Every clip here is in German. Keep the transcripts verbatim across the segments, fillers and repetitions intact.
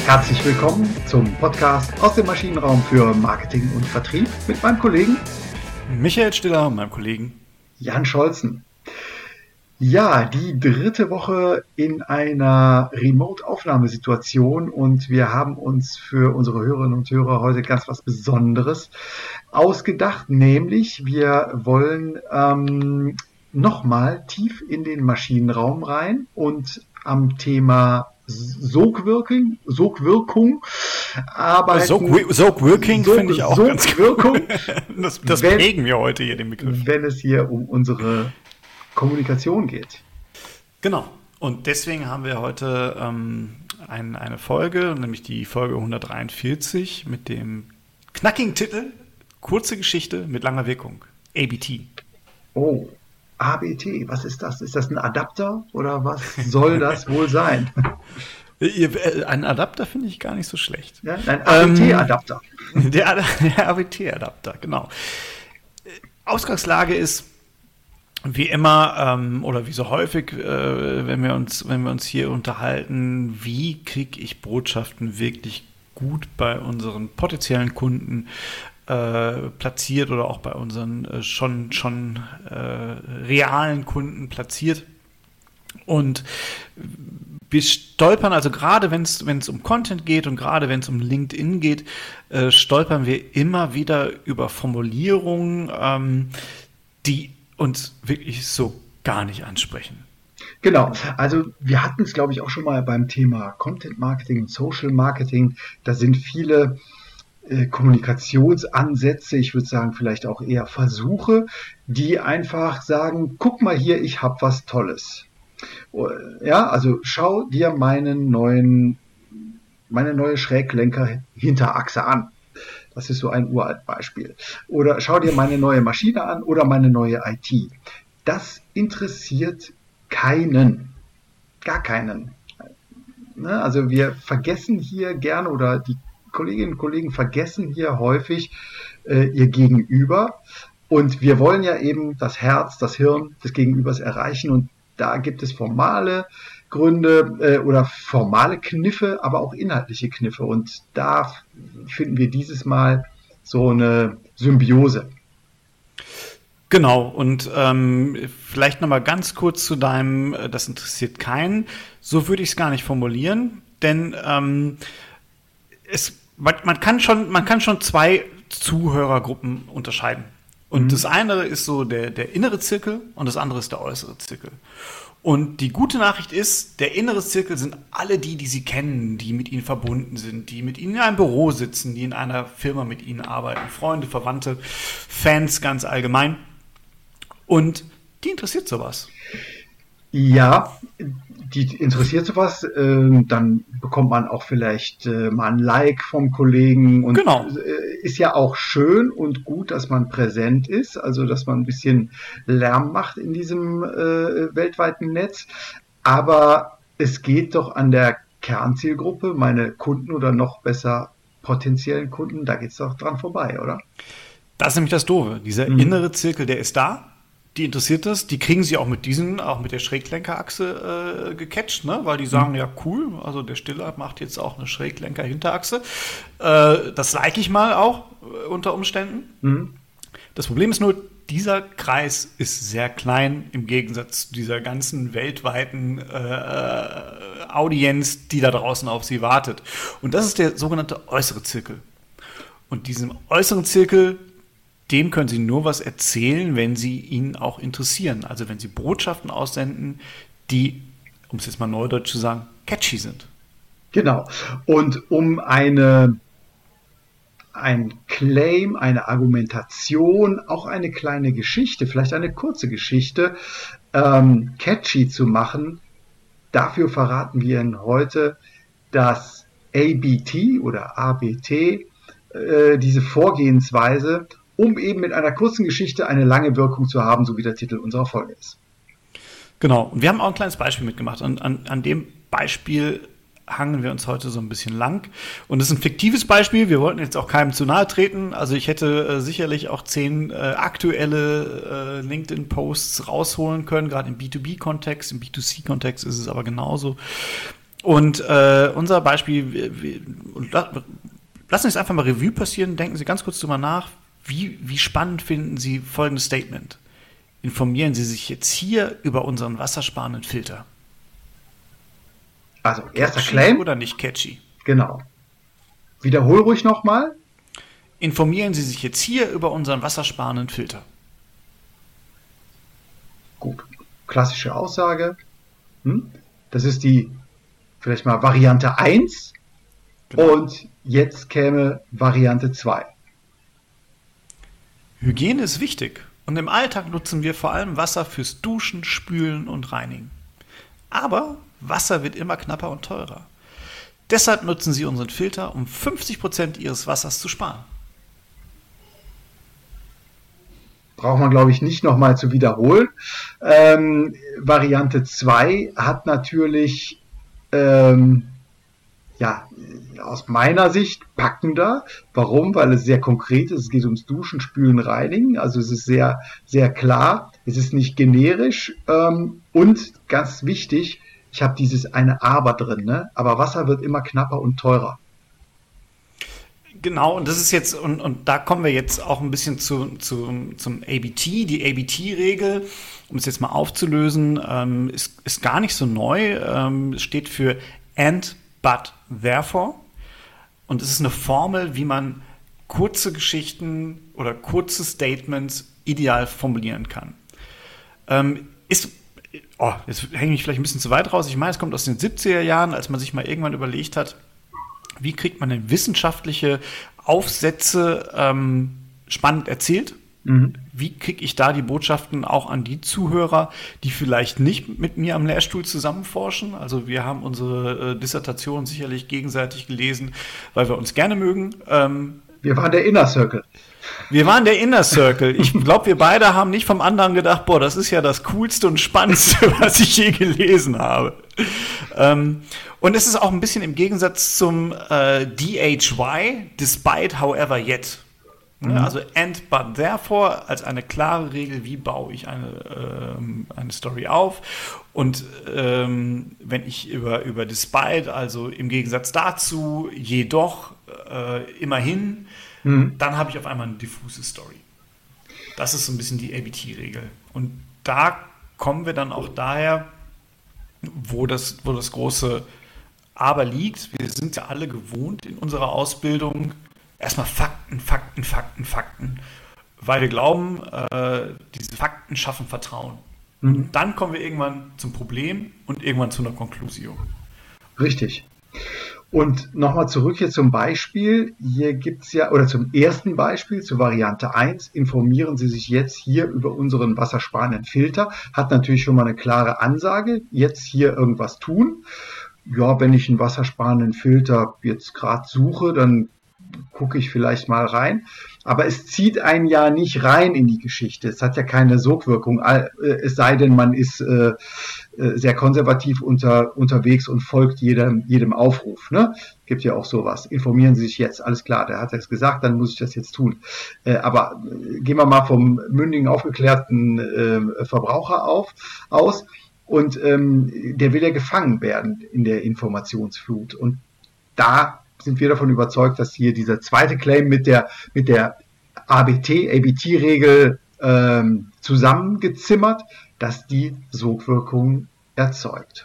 Herzlich willkommen zum Podcast aus dem Maschinenraum für Marketing und Vertrieb mit meinem Kollegen Michael Stiller und meinem Kollegen Jan Scholzen. Ja, die dritte Woche in einer Remote-Aufnahmesituation und wir haben uns für unsere Hörerinnen und Hörer heute ganz was Besonderes ausgedacht, nämlich wir wollen ähm, nochmal tief in den Maschinenraum rein und am Thema Sogwirkung, Sogwirkung arbeiten. Sog, Sogwirking Sog, finde ich auch Sogwirkung, ganz gut. Das, das wenn, prägen wir heute hier, den Begriff. Wenn es hier um unsere Kommunikation geht. Genau. Und deswegen haben wir heute ähm, ein, eine Folge, nämlich die Folge hundertdreiundvierzig mit dem knackigen Titel Kurze Geschichte mit langer Wirkung. A B T. Oh, A B T, was ist das? Ist das ein Adapter oder was soll das wohl sein? Ein Adapter finde ich gar nicht so schlecht. Ja, ein A B T-Adapter. Ähm, der, der A B T-Adapter, genau. Ausgangslage ist, wie immer ähm, oder wie so häufig, äh, wenn wir uns, wenn wir uns hier unterhalten, wie kriege ich Botschaften wirklich gut bei unseren potenziellen Kunden äh, platziert oder auch bei unseren äh, schon, schon äh, realen Kunden platziert. Und wir stolpern, also gerade wenn es wenn es um Content geht und gerade wenn es um LinkedIn geht, äh, stolpern wir immer wieder über Formulierungen, ähm, die uns wirklich so gar nicht ansprechen. Genau, also wir hatten es, glaube ich, auch schon mal beim Thema Content Marketing und Social Marketing. Da sind viele äh, Kommunikationsansätze, ich würde sagen vielleicht auch eher Versuche, die einfach sagen, guck mal hier, ich habe was Tolles. Ja, also schau dir meinen neuen, meine neue Schräglenker-Hinterachse an. Das ist so ein uralt Beispiel. Oder schau dir meine neue Maschine an oder meine neue I T. Das interessiert keinen. Gar keinen. Ne? Also wir vergessen hier gerne oder die Kolleginnen und Kollegen vergessen hier häufig äh, ihr Gegenüber. Und wir wollen ja eben das Herz, das Hirn des Gegenübers erreichen. Und da gibt es formale Gründe äh, oder formale Kniffe, aber auch inhaltliche Kniffe. Und da finden wir dieses Mal so eine Symbiose. Genau, und ähm, vielleicht nochmal ganz kurz zu deinem, das interessiert keinen. So würde ich es gar nicht formulieren, denn ähm, es, man, man, kann schon, man kann schon zwei Zuhörergruppen unterscheiden. Und mhm. das eine ist so der, der innere Zirkel und das andere ist der äußere Zirkel. Und die gute Nachricht ist, der innere Zirkel sind alle die, die Sie kennen, die mit Ihnen verbunden sind, die mit Ihnen in einem Büro sitzen, die in einer Firma mit Ihnen arbeiten, Freunde, Verwandte, Fans ganz allgemein. Und die interessiert sowas. Ja, die interessiert sowas, äh, dann bekommt man auch vielleicht äh, mal ein Like vom Kollegen und genau. äh, ist ja auch schön und gut, dass man präsent ist, also dass man ein bisschen Lärm macht in diesem äh, weltweiten Netz, aber es geht doch an der Kernzielgruppe, meine Kunden oder noch besser potenziellen Kunden, da geht es doch dran vorbei, oder? Das ist nämlich das Doofe, dieser mhm. innere Zirkel, der ist da. Die interessiert das, die kriegen sie auch mit diesen, auch mit der Schräglenkerachse äh, gecatcht, ne? Weil die sagen, mhm. ja cool, also der Stiller macht jetzt auch eine Schräglenker-Hinterachse. Äh, das like ich mal auch äh, unter Umständen. Mhm. Das Problem ist nur, dieser Kreis ist sehr klein im Gegensatz zu dieser ganzen weltweiten äh, Audienz, die da draußen auf sie wartet. Und das ist der sogenannte äußere Zirkel. Und diesem äußeren Zirkel, dem können Sie nur was erzählen, wenn Sie ihn auch interessieren. Also wenn Sie Botschaften aussenden, die, um es jetzt mal neudeutsch zu sagen, catchy sind. Genau. Und um eine, ein Claim, eine Argumentation, auch eine kleine Geschichte, vielleicht eine kurze Geschichte, ähm, catchy zu machen, dafür verraten wir Ihnen heute, dass A B T oder A B T, äh, diese Vorgehensweise, um eben mit einer kurzen Geschichte eine lange Wirkung zu haben, so wie der Titel unserer Folge ist. Genau, und wir haben auch ein kleines Beispiel mitgemacht. Und an, an dem Beispiel hangeln wir uns heute so ein bisschen lang. Und das ist ein fiktives Beispiel, wir wollten jetzt auch keinem zu nahe treten. Also ich hätte äh, sicherlich auch zehn äh, aktuelle äh, LinkedIn-Posts rausholen können, gerade im B zwei B-Kontext, im B zwei C-Kontext ist es aber genauso. Und äh, unser Beispiel, wir, wir, und la, lassen Sie es einfach mal Revue passieren, denken Sie ganz kurz drüber nach, wie, wie spannend finden Sie folgendes Statement? Informieren Sie sich jetzt hier über unseren wassersparenden Filter. Also, erster Catchy Claim. Oder nicht catchy? Genau. Wiederhol ruhig nochmal. Informieren Sie sich jetzt hier über unseren wassersparenden Filter. Gut. Klassische Aussage. Hm? Das ist die, vielleicht mal Variante eins. Genau. Und jetzt käme Variante zwei. Hygiene ist wichtig. Und im Alltag nutzen wir vor allem Wasser fürs Duschen, Spülen und Reinigen. Aber Wasser wird immer knapper und teurer. Deshalb nutzen Sie unseren Filter, um fünfzig Prozent Ihres Wassers zu sparen. Braucht man, glaube ich, nicht nochmal zu wiederholen. Ähm, Variante zwei hat natürlich, ähm, ja, aus meiner Sicht packender. Warum? Weil es sehr konkret ist. Es geht ums Duschen, Spülen, Reinigen. Also es ist sehr, sehr klar. Es ist nicht generisch. Ähm, und ganz wichtig, ich habe dieses eine Aber drin, ne? Aber Wasser wird immer knapper und teurer. Genau, und das ist jetzt, und, und da kommen wir jetzt auch ein bisschen zu, zu, zum A B T. Die A B T-Regel, um es jetzt mal aufzulösen, ähm, ist, ist gar nicht so neu. Ähm, es steht für and, but, therefore. Und es ist eine Formel, wie man kurze Geschichten oder kurze Statements ideal formulieren kann. Ähm, ist Oh, jetzt hänge ich vielleicht ein bisschen zu weit raus. Ich meine, es kommt aus den siebziger Jahren, als man sich mal irgendwann überlegt hat, wie kriegt man denn wissenschaftliche Aufsätze ähm, spannend erzählt? Mhm. Wie kriege ich da die Botschaften auch an die Zuhörer, die vielleicht nicht mit mir am Lehrstuhl zusammenforschen? Also wir haben unsere äh, Dissertation sicherlich gegenseitig gelesen, weil wir uns gerne mögen. Ähm, wir waren der Inner Circle. Wir waren der Inner Circle. Ich glaube, wir beide haben nicht vom anderen gedacht, boah, das ist ja das Coolste und Spannendste, was ich je gelesen habe. Ähm, und es ist auch ein bisschen im Gegensatz zum äh, D H Y, despite, however, yet. Mhm. Also and, but, therefore, als eine klare Regel, wie baue ich eine, ähm, eine Story auf. Und ähm, wenn ich über, über despite, also im Gegensatz dazu, jedoch, äh, immerhin, Mhm. dann habe ich auf einmal eine diffuse Story. Das ist so ein bisschen die A B T-Regel. Und da kommen wir dann auch daher, wo das, wo das große Aber liegt. Wir sind ja alle gewohnt in unserer Ausbildung, erstmal Fakten, Fakten, Fakten, Fakten. Weil wir glauben, äh, diese Fakten schaffen Vertrauen. Mhm. Und dann kommen wir irgendwann zum Problem und irgendwann zu einer Konklusion. Richtig. Und nochmal zurück hier zum Beispiel. Hier gibt's ja, oder zum ersten Beispiel, zur Variante eins, informieren Sie sich jetzt hier über unseren wassersparenden Filter. Hat natürlich schon mal eine klare Ansage. Jetzt hier irgendwas tun. Ja, wenn ich einen wassersparenden Filter jetzt gerade suche, dann gucke ich vielleicht mal rein. Aber es zieht einen ja nicht rein in die Geschichte. Es hat ja keine Sogwirkung, es sei denn, man ist äh, sehr konservativ unter, unterwegs und folgt jedem, jedem Aufruf. Ne? Gibt ja auch sowas. Informieren Sie sich jetzt, alles klar, der hat es gesagt, dann muss ich das jetzt tun. Äh, aber äh, gehen wir mal vom mündigen, aufgeklärten äh, Verbraucher auf, aus. Und ähm, der will ja gefangen werden in der Informationsflut. Und da sind wir davon überzeugt, dass hier dieser zweite Claim mit der, mit der A B T, A B T-Regel ähm, zusammengezimmert, dass die Sogwirkung erzeugt.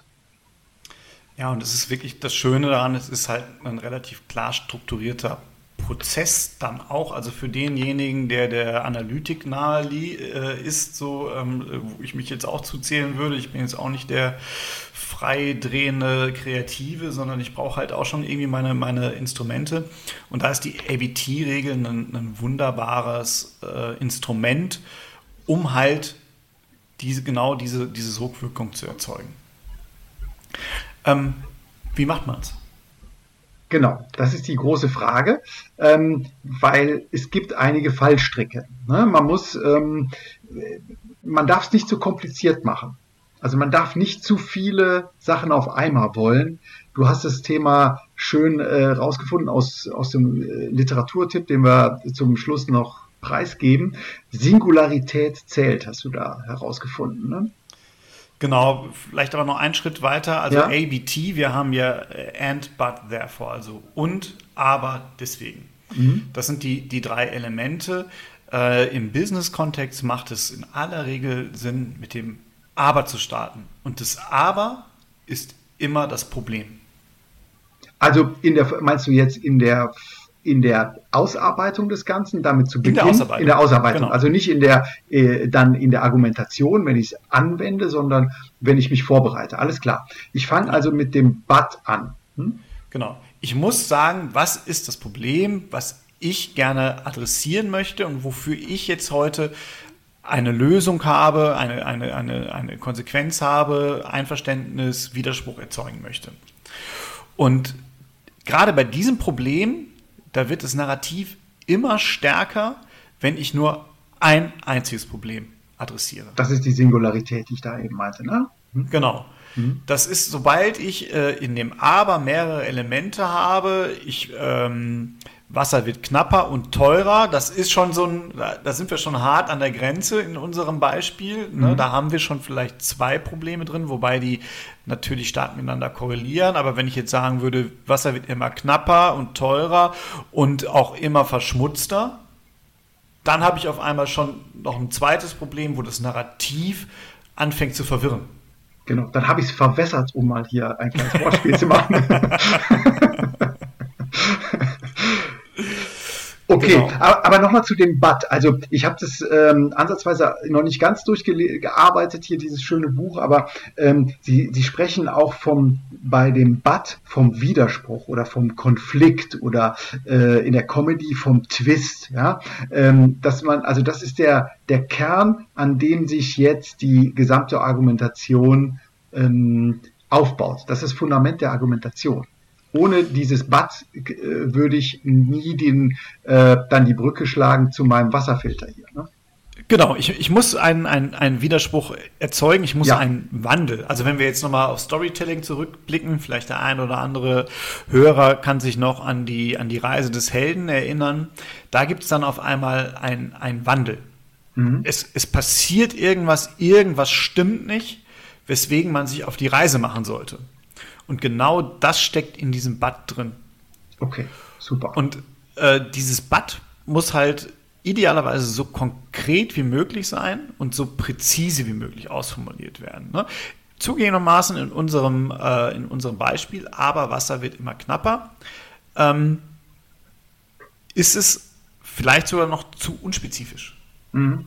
Ja, und das ist wirklich das Schöne daran, es ist halt ein relativ klar strukturierter Prozess dann auch, also für denjenigen, der der Analytik nahe äh, ist, so ähm, wo ich mich jetzt auch zuzählen würde. Ich bin jetzt auch nicht der freidrehende Kreative, sondern ich brauche halt auch schon irgendwie meine, meine Instrumente. Und da ist die A B T-Regel ein, ein wunderbares äh, Instrument, um halt diese, genau diese, diese Sogwirkung zu erzeugen. Ähm, wie macht man es? Genau, das ist die große Frage, ähm, weil es gibt einige Fallstricke. Ne? Man muss, ähm, man darf es nicht zu kompliziert machen. Also man darf nicht zu viele Sachen auf einmal wollen. Du hast das Thema schön äh, rausgefunden aus, aus dem äh, Literaturtipp, den wir zum Schluss noch preisgeben. Singularität zählt, hast du da herausgefunden, ne? Genau, vielleicht aber noch einen Schritt weiter. Also Ja. A B T, wir haben ja äh, and, but, therefore, also und, aber, deswegen. Mhm. Das sind die, die drei Elemente. Äh, im Business-Kontext macht es in aller Regel Sinn, mit dem aber zu starten. Und das aber ist immer das Problem. Also in der, meinst du jetzt in der in der Ausarbeitung des Ganzen, damit zu In der Beginn? Ausarbeitung. In der Ausarbeitung. Genau. Also nicht in der äh, dann in der Argumentation, wenn ich es anwende, sondern wenn ich mich vorbereite. Alles klar. Ich fange also mit dem But an. Hm? Genau. Ich muss sagen, was ist das Problem, was ich gerne adressieren möchte und wofür ich jetzt heute eine Lösung habe, eine, eine, eine, eine Konsequenz habe, Einverständnis, Widerspruch erzeugen möchte. Und gerade bei diesem Problem, da wird das Narrativ immer stärker, wenn ich nur ein einziges Problem adressiere. Das ist die Singularität, die ich da eben meinte, ne? Hm? Genau. Das ist, sobald ich äh, in dem Aber mehrere Elemente habe, ich, ähm, Wasser wird knapper und teurer, das ist schon so ein, da sind wir schon hart an der Grenze in unserem Beispiel. Ne? Mhm. Da haben wir schon vielleicht zwei Probleme drin, wobei die natürlich stark miteinander korrelieren. Aber wenn ich jetzt sagen würde, Wasser wird immer knapper und teurer und auch immer verschmutzter, dann habe ich auf einmal schon noch ein zweites Problem, wo das Narrativ anfängt zu verwirren. Genau, dann habe ich es verwässert, um mal hier ein kleines Wortspiel zu machen. Okay, Genau. aber, aber nochmal zu dem But. Also ich habe das ähm, ansatzweise noch nicht ganz durchgearbeitet, hier dieses schöne Buch, aber ähm, Sie, Sie sprechen auch vom bei dem But vom Widerspruch oder vom Konflikt oder äh, in der Comedy vom Twist. Ja? Ähm, dass man, also das ist der, der Kern, an dem sich jetzt die gesamte Argumentation ähm, aufbaut. Das ist das Fundament der Argumentation. Ohne dieses But äh, würde ich nie den, äh, dann die Brücke schlagen zu meinem Wasserfilter hier. Ne? Genau, ich, ich muss einen, einen, einen Widerspruch erzeugen, ich muss Ja. einen Wandel. Also wenn wir jetzt nochmal auf Storytelling zurückblicken, vielleicht der ein oder andere Hörer kann sich noch an die, an die Reise des Helden erinnern. Da gibt es dann auf einmal einen, einen Wandel. Mhm. Es, es passiert irgendwas, irgendwas stimmt nicht, weswegen man sich auf die Reise machen sollte. Und genau das steckt in diesem But drin. Okay, super. Und äh, dieses But muss halt idealerweise so konkret wie möglich sein und so präzise wie möglich ausformuliert werden. Ne? Zugegebenermaßen in unserem, äh, in unserem Beispiel, aber Wasser wird immer knapper, ähm, ist es vielleicht sogar noch zu unspezifisch. Mhm.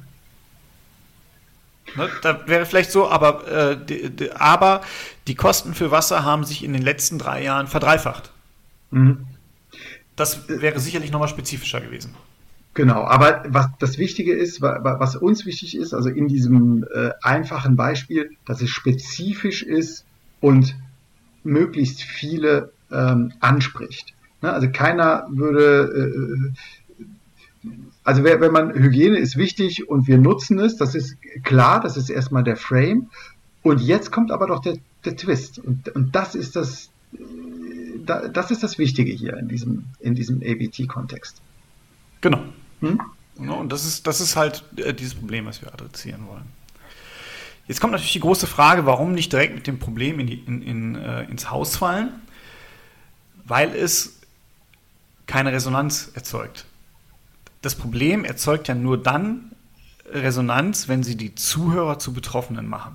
Ne, da wäre vielleicht so, aber, äh, die, die, aber die Kosten für Wasser haben sich in den letzten drei Jahren verdreifacht. Mhm. Das wäre sicherlich nochmal spezifischer gewesen. Genau, aber was das Wichtige ist, wa- wa- was uns wichtig ist, also in diesem äh, einfachen Beispiel, dass es spezifisch ist und möglichst viele ähm, anspricht. Ne? Also keiner würde, äh, also wer- wenn man, Hygiene ist wichtig und wir nutzen es, das ist klar, das ist erstmal der Frame. Und jetzt kommt aber doch der, der Twist. Und, und das ist das, äh, da, das ist das Wichtige hier in diesem, in diesem A B T-Kontext. Genau. Hm? Ja, und das ist, das ist halt äh, dieses Problem, was wir adressieren wollen. Jetzt kommt natürlich die große Frage, warum nicht direkt mit dem Problem in die, in, in, äh, ins Haus fallen? Weil es keine Resonanz erzeugt. Das Problem erzeugt ja nur dann Resonanz, wenn Sie die Zuhörer zu Betroffenen machen.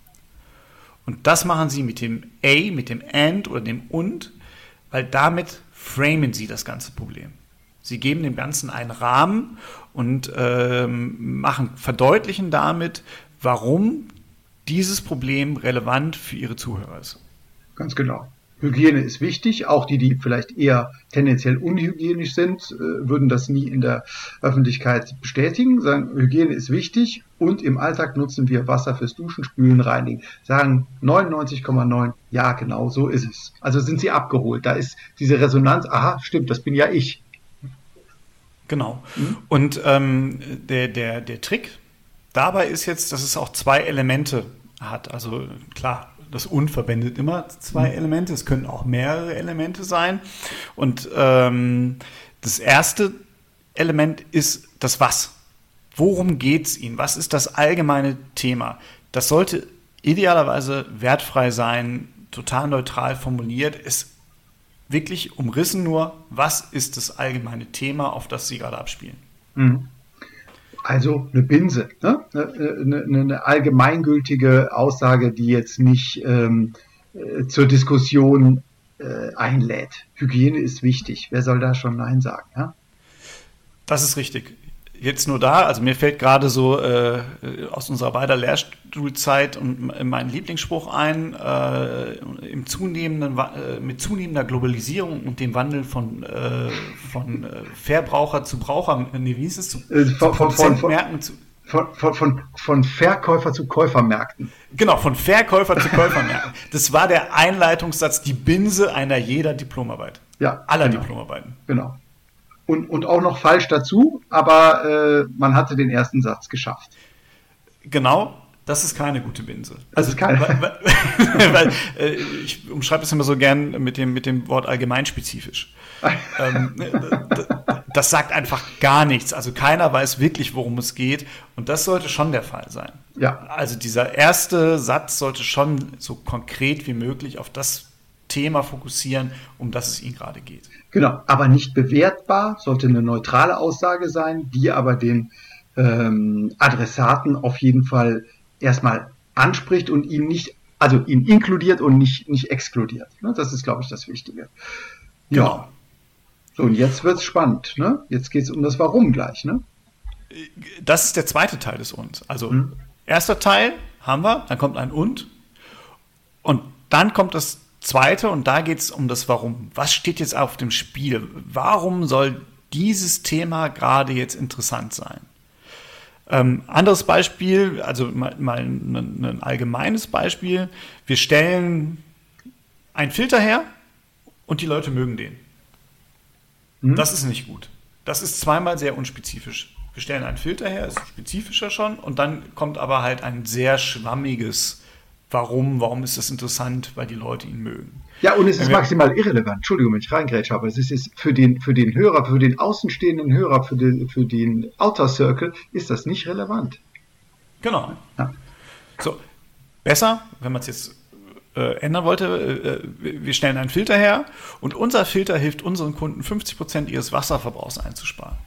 Und das machen Sie mit dem A, mit dem And oder dem Und, weil damit framen Sie das ganze Problem. Sie geben dem Ganzen einen Rahmen und ähm, machen, verdeutlichen damit, warum dieses Problem relevant für Ihre Zuhörer ist. Ganz genau. Hygiene ist wichtig. Auch die, die vielleicht eher tendenziell unhygienisch sind, äh, würden das nie in der Öffentlichkeit bestätigen. Sagen, Hygiene ist wichtig und im Alltag nutzen wir Wasser fürs Duschen, Spülen, Reinigen. Sagen neunundneunzig Komma neun, ja genau, so ist es. Also sind sie abgeholt. Da ist diese Resonanz, aha, stimmt, das bin ja ich. Genau. Mhm. Und ähm, der, der, der Trick dabei ist jetzt, dass es auch zwei Elemente hat. Also klar, das Und verbindet immer zwei mhm. Elemente. Es können auch mehrere Elemente sein. Und ähm, das erste Element ist das Was. Worum geht es Ihnen? Was ist das allgemeine Thema? Das sollte idealerweise wertfrei sein, total neutral formuliert, es wirklich umrissen nur, was ist das allgemeine Thema, auf das Sie gerade abspielen. Mhm. Also eine Binse, ne? eine, eine, eine allgemeingültige Aussage, die jetzt nicht ähm, äh, zur Diskussion äh, einlädt. Hygiene ist wichtig. Wer soll da schon Nein sagen? Ja? Das ist richtig. Jetzt nur da, also mir fällt gerade so äh, aus unserer beider Lehrstuhlzeit und mein Lieblingsspruch ein, äh, im zunehmenden, äh, mit zunehmender Globalisierung und dem Wandel von, äh, von äh, Verbraucher zu Braucher, nee, wie hieß es, zu, äh, von, zu von, von, von, zu von, von, von, von Verkäufer zu Käufermärkten. Genau, von Verkäufer zu Käufermärkten. Das war der Einleitungssatz, die Binse einer jeder Diplomarbeit. Ja, aller genau. Diplomarbeiten. Genau. Und, und auch noch falsch dazu, aber äh, man hatte den ersten Satz geschafft. Genau, das ist keine gute Binse. Das Also, ist keine. Weil, weil, weil äh, ich umschreibe das immer so gern mit dem, mit dem Wort allgemeinspezifisch. ähm, das sagt einfach gar nichts. Also keiner weiß wirklich, worum es geht. Und das sollte schon der Fall sein. Ja. Also dieser erste Satz sollte schon so konkret wie möglich auf das Thema fokussieren, um das es Ihnen gerade geht. Genau, aber nicht bewertbar, sollte eine neutrale Aussage sein, die aber den ähm, Adressaten auf jeden Fall erstmal anspricht und ihn nicht, also ihn inkludiert und nicht, nicht exkludiert. Ne? Das ist, glaube ich, das Wichtige. Ja. Genau. So, und jetzt wird's spannend. Ne? Jetzt geht es um das Warum gleich. Ne? Das ist der zweite Teil des Und. Also hm. erster Teil haben wir, dann kommt ein Und und dann kommt das zweite und da geht es um das Warum. Was steht jetzt auf dem Spiel? Warum soll dieses Thema gerade jetzt interessant sein? Ähm, anderes Beispiel, also mal, mal ein, ein allgemeines Beispiel. Wir stellen einen Filter her und die Leute mögen den. Mhm. Das ist nicht gut. Das ist zweimal sehr unspezifisch. Wir stellen einen Filter her, ist spezifischer schon, und dann kommt aber halt ein sehr schwammiges Warum, warum ist das interessant, weil die Leute ihn mögen. Ja, und es ist maximal irrelevant. Entschuldigung, wenn ich reingrätsche, aber es ist für den, für den Hörer, für den außenstehenden Hörer, für den, für den Outer Circle ist das nicht relevant. Genau. Ja. So, besser, wenn man es jetzt äh, ändern wollte, äh, wir stellen einen Filter her und unser Filter hilft unseren Kunden fünfzig Prozent ihres Wasserverbrauchs einzusparen.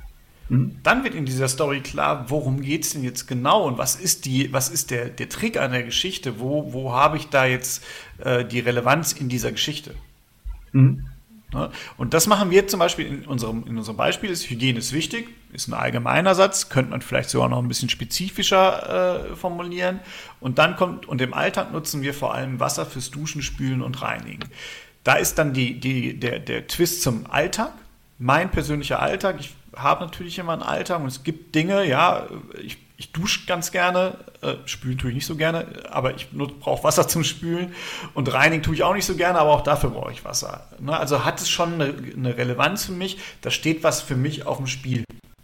Dann wird in dieser Story klar, worum geht es denn jetzt genau und was ist, die, was ist der, der Trick an der Geschichte, wo, wo habe ich da jetzt äh, die Relevanz in dieser Geschichte. Mhm. Ja, und das machen wir zum Beispiel in unserem, in unserem Beispiel, ist Hygiene ist wichtig, ist ein allgemeiner Satz, könnte man vielleicht sogar noch ein bisschen spezifischer äh, formulieren und dann kommt, und im Alltag nutzen wir vor allem Wasser fürs Duschen, Spülen und Reinigen. Da ist dann die, die, der, der Twist zum Alltag, mein persönlicher Alltag, ich habe natürlich immer einen Alltag und es gibt Dinge, ja, ich, ich dusche ganz gerne, äh, spülen tue ich nicht so gerne, aber ich brauche Wasser zum Spülen und reinigen tue ich auch nicht so gerne, aber auch dafür brauche ich Wasser. Ne? Also hat es schon eine, eine Relevanz für mich, da steht was für mich auf dem Spiel.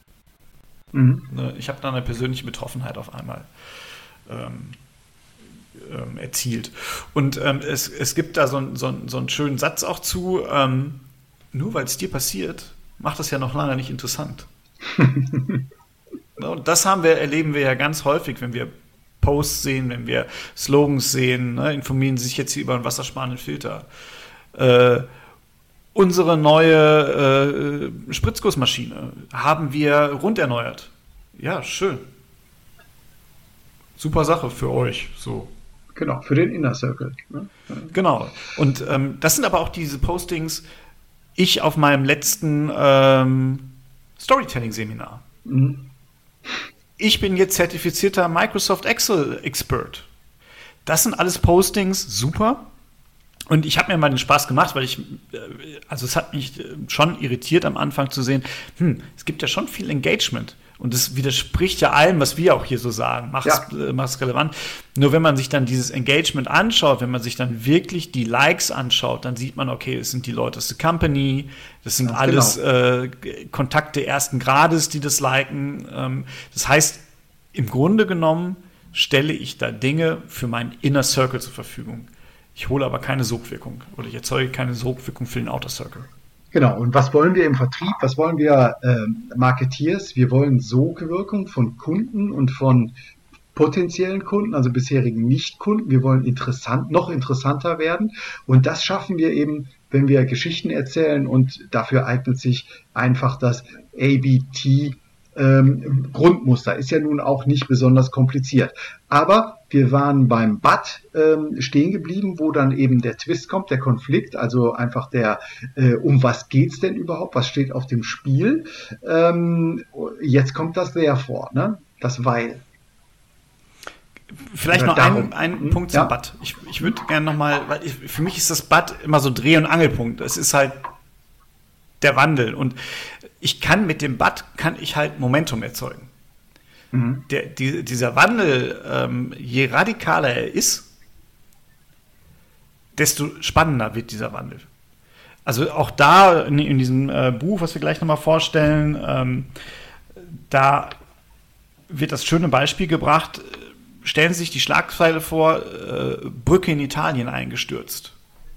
Mhm. Ne? Ich habe da eine persönliche Betroffenheit auf einmal ähm, ähm, erzielt. Und ähm, es, es gibt da so, so, so einen schönen Satz auch zu, ähm, nur weil es dir passiert, macht das ja noch lange nicht interessant. Und das haben wir, erleben wir ja ganz häufig, wenn wir Posts sehen, wenn wir Slogans sehen, ne, informieren Sie sich jetzt hier über einen wassersparenden Filter. Äh, unsere neue äh, Spritzgussmaschine haben wir rund erneuert. Ja, schön. Super Sache für euch. So. Genau, für den Inner Circle. Ne? Genau. Und ähm, das sind aber auch diese Postings, ich auf meinem letzten ähm, Storytelling-Seminar. Mhm. Ich bin jetzt zertifizierter Microsoft Excel-Expert. Das sind alles Postings, super. Und ich habe mir mal den Spaß gemacht, weil ich, also es hat mich schon irritiert am Anfang zu sehen, hm, es gibt ja schon viel Engagement. Und das widerspricht ja allem, was wir auch hier so sagen. Mach es, ja. äh, mach es relevant. Nur wenn man sich dann dieses Engagement anschaut, wenn man sich dann wirklich die Likes anschaut, dann sieht man, okay, das sind die Leute aus der Company, das sind ja, alles genau. äh, Kontakte ersten Grades, die das liken. Ähm, das heißt, im Grunde genommen stelle ich da Dinge für meinen Inner Circle zur Verfügung. Ich hole aber keine Sogwirkung oder ich erzeuge keine Sogwirkung für den Outer Circle. Genau, und was wollen wir im Vertrieb, was wollen wir äh, Marketeers? Wir wollen Sogwirkung von Kunden und von potenziellen Kunden, also bisherigen Nicht-Kunden. Wir wollen interessant, noch interessanter werden. Und das schaffen wir eben, wenn wir Geschichten erzählen. Und dafür eignet sich einfach das A B T ähm, Grundmuster. Ist ja nun auch nicht besonders kompliziert. Aber wir waren beim But ähm, stehen geblieben, wo dann eben der Twist kommt, der Konflikt, also einfach der, äh, um was geht's denn überhaupt, was steht auf dem Spiel. Ähm, jetzt kommt das Therefore, ne? Das Weil. Vielleicht Oder noch darum. einen, einen Hm? Punkt zum Ja. But. Ich, ich würde gerne nochmal, weil ich, für mich ist das But immer so Dreh- und Angelpunkt. Es ist halt der Wandel. Und ich kann mit dem But, kann ich halt Momentum erzeugen. Mhm. Der, die, dieser Wandel, ähm, je radikaler er ist, desto spannender wird dieser Wandel. Also auch da in, in diesem äh, Buch, was wir gleich nochmal vorstellen, ähm, da wird das schöne Beispiel gebracht. Stellen Sie sich die Schlagzeile vor, äh, Brücke in Italien eingestürzt.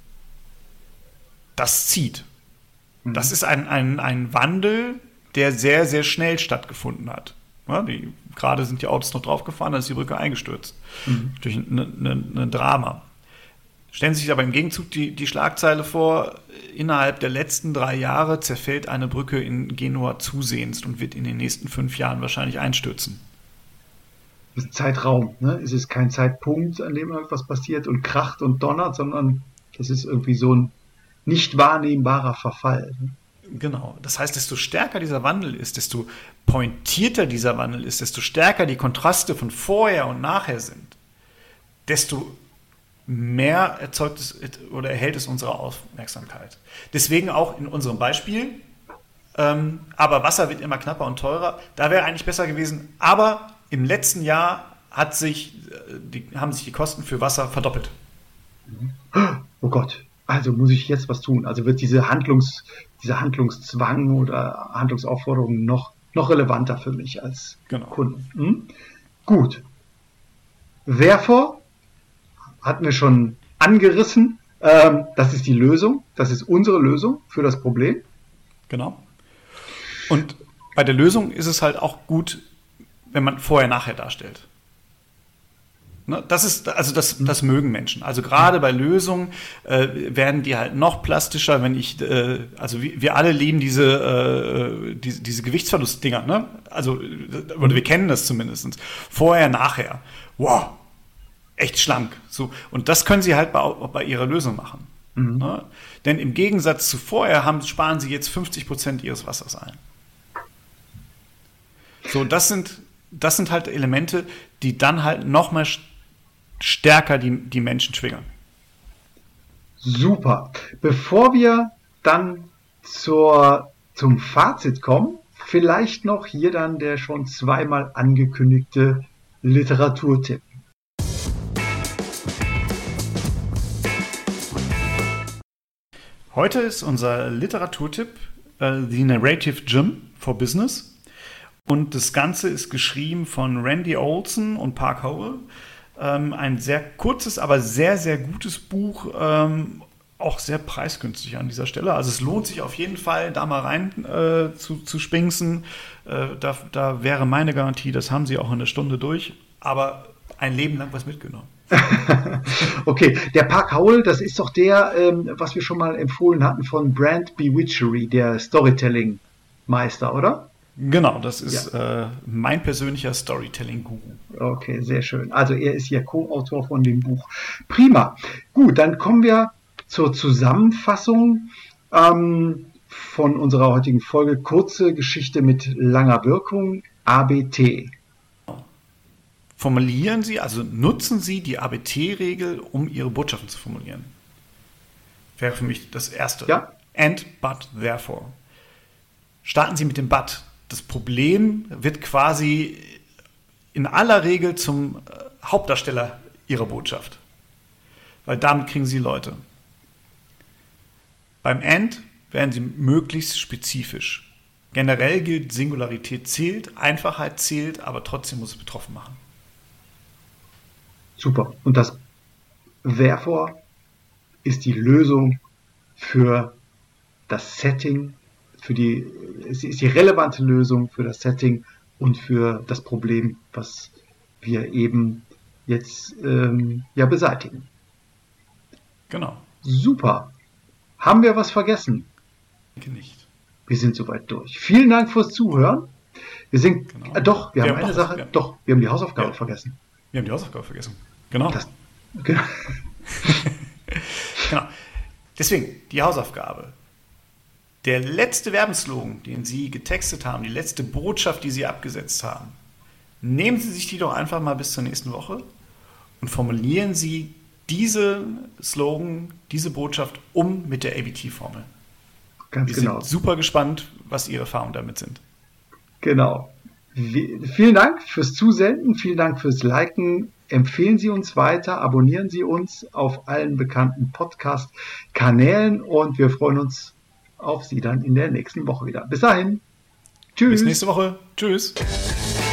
Das zieht. Mhm. Das ist ein, ein, ein Wandel, der sehr, sehr schnell stattgefunden hat. Ja, die, gerade sind die Autos noch draufgefahren, dann ist die Brücke eingestürzt. Mhm. Durch ein ne, ne Drama. Stellen Sie sich aber im Gegenzug die, die Schlagzeile vor, innerhalb der letzten drei Jahre zerfällt eine Brücke in Genua zusehends und wird in den nächsten fünf Jahren wahrscheinlich einstürzen. Das ist Zeitraum, ne? Es ist kein Zeitpunkt, an dem irgendwas passiert und kracht und donnert, sondern das ist irgendwie so ein nicht wahrnehmbarer Verfall. Ne? Genau. Das heißt, desto stärker dieser Wandel ist, desto pointierter dieser Wandel ist, desto stärker die Kontraste von vorher und nachher sind, desto mehr erzeugt es oder erhält es unsere Aufmerksamkeit. Deswegen auch in unserem Beispiel, ähm, aber Wasser wird immer knapper und teurer. Da wäre eigentlich besser gewesen, aber im letzten Jahr hat sich, die, haben sich die Kosten für Wasser verdoppelt. Oh Gott, also muss ich jetzt was tun. Also wird diese Handlungs, dieser Handlungszwang oder Handlungsaufforderung noch, noch relevanter für mich als genau. Kunden. Hm? Gut. Therefore hatten wir schon angerissen. Ähm, das ist die Lösung. Das ist unsere Lösung für das Problem. Genau. Und bei der Lösung ist es halt auch gut, wenn man vorher-nachher darstellt. Ne? Das ist, also das, das mögen Menschen. Also gerade bei Lösungen äh, werden die halt noch plastischer, wenn ich, äh, also wir, wir alle lieben diese, äh, diese, diese Gewichtsverlustdinger, ne? Also, oder wir kennen das zumindest. Vorher-nachher. Wow. Echt schlank. So. Und das können sie halt bei, bei ihrer Lösung machen. Mhm. Ne? Denn im Gegensatz zu vorher haben, sparen sie jetzt fünfzig Prozent ihres Wassers ein. So, das sind, das sind halt Elemente, die dann halt noch mal stärker die, die Menschen triggern. Super. Bevor wir dann zur, zum Fazit kommen, vielleicht noch hier dann der schon zweimal angekündigte Literaturtipp. Heute ist unser Literaturtipp uh, The Narrative Gym for Business. Und das Ganze ist geschrieben von Randy Olson und Park Howell. Ähm, ein sehr kurzes, aber sehr, sehr gutes Buch. Ähm, auch sehr preisgünstig an dieser Stelle. Also es lohnt sich auf jeden Fall, da mal rein äh, zu, zu spinksen. Äh, da, da wäre meine Garantie, das haben sie auch in einer Stunde durch. Aber ein Leben lang was mitgenommen. Okay, der Park Howell, das ist doch der, ähm, was wir schon mal empfohlen hatten von Brand Bewitchery, der Storytelling-Meister, oder? Genau, das ist ja. äh, mein persönlicher Storytelling-Guru. Okay, sehr schön. Also er ist hier Co-Autor von dem Buch. Prima. Gut, dann kommen wir zur Zusammenfassung ähm, von unserer heutigen Folge. Kurze Geschichte mit langer Wirkung, A B T. Formulieren Sie, also nutzen Sie die A B T-Regel, um Ihre Botschaften zu formulieren. Wäre für mich das Erste. Ja. And, but, therefore. Starten Sie mit dem but. Das Problem wird quasi in aller Regel zum Hauptdarsteller Ihrer Botschaft. Weil damit kriegen Sie Leute. Beim And werden Sie möglichst spezifisch. Generell gilt, Singularität zählt, Einfachheit zählt, aber trotzdem muss es betroffen machen. Super. Und das Therefore ist die Lösung für das Setting, für die, es ist die relevante Lösung für das Setting und für das Problem, was wir eben jetzt ähm, ja beseitigen. Genau. Super. Haben wir was vergessen? Ich denke nicht. Wir sind soweit durch. Vielen Dank fürs Zuhören. Wir sind, Genau. äh, doch, wir, wir haben eine doch, Sache, wir, doch, wir haben die Hausaufgabe ja. vergessen. Wir haben die Hausaufgabe vergessen. Genau. Das, genau. Genau. Deswegen, die Hausaufgabe. Der letzte Werbeslogan, den Sie getextet haben, die letzte Botschaft, die Sie abgesetzt haben, nehmen Sie sich die doch einfach mal bis zur nächsten Woche und formulieren Sie diese Slogan, diese Botschaft um mit der A B T-Formel. Ganz Wir genau. sind super gespannt, was Ihre Erfahrungen damit sind. Genau. Wie, vielen Dank fürs Zusenden, vielen Dank fürs Liken. Empfehlen Sie uns weiter, abonnieren Sie uns auf allen bekannten Podcast-Kanälen und wir freuen uns auf Sie dann in der nächsten Woche wieder. Bis dahin. Tschüss. Bis nächste Woche. Tschüss.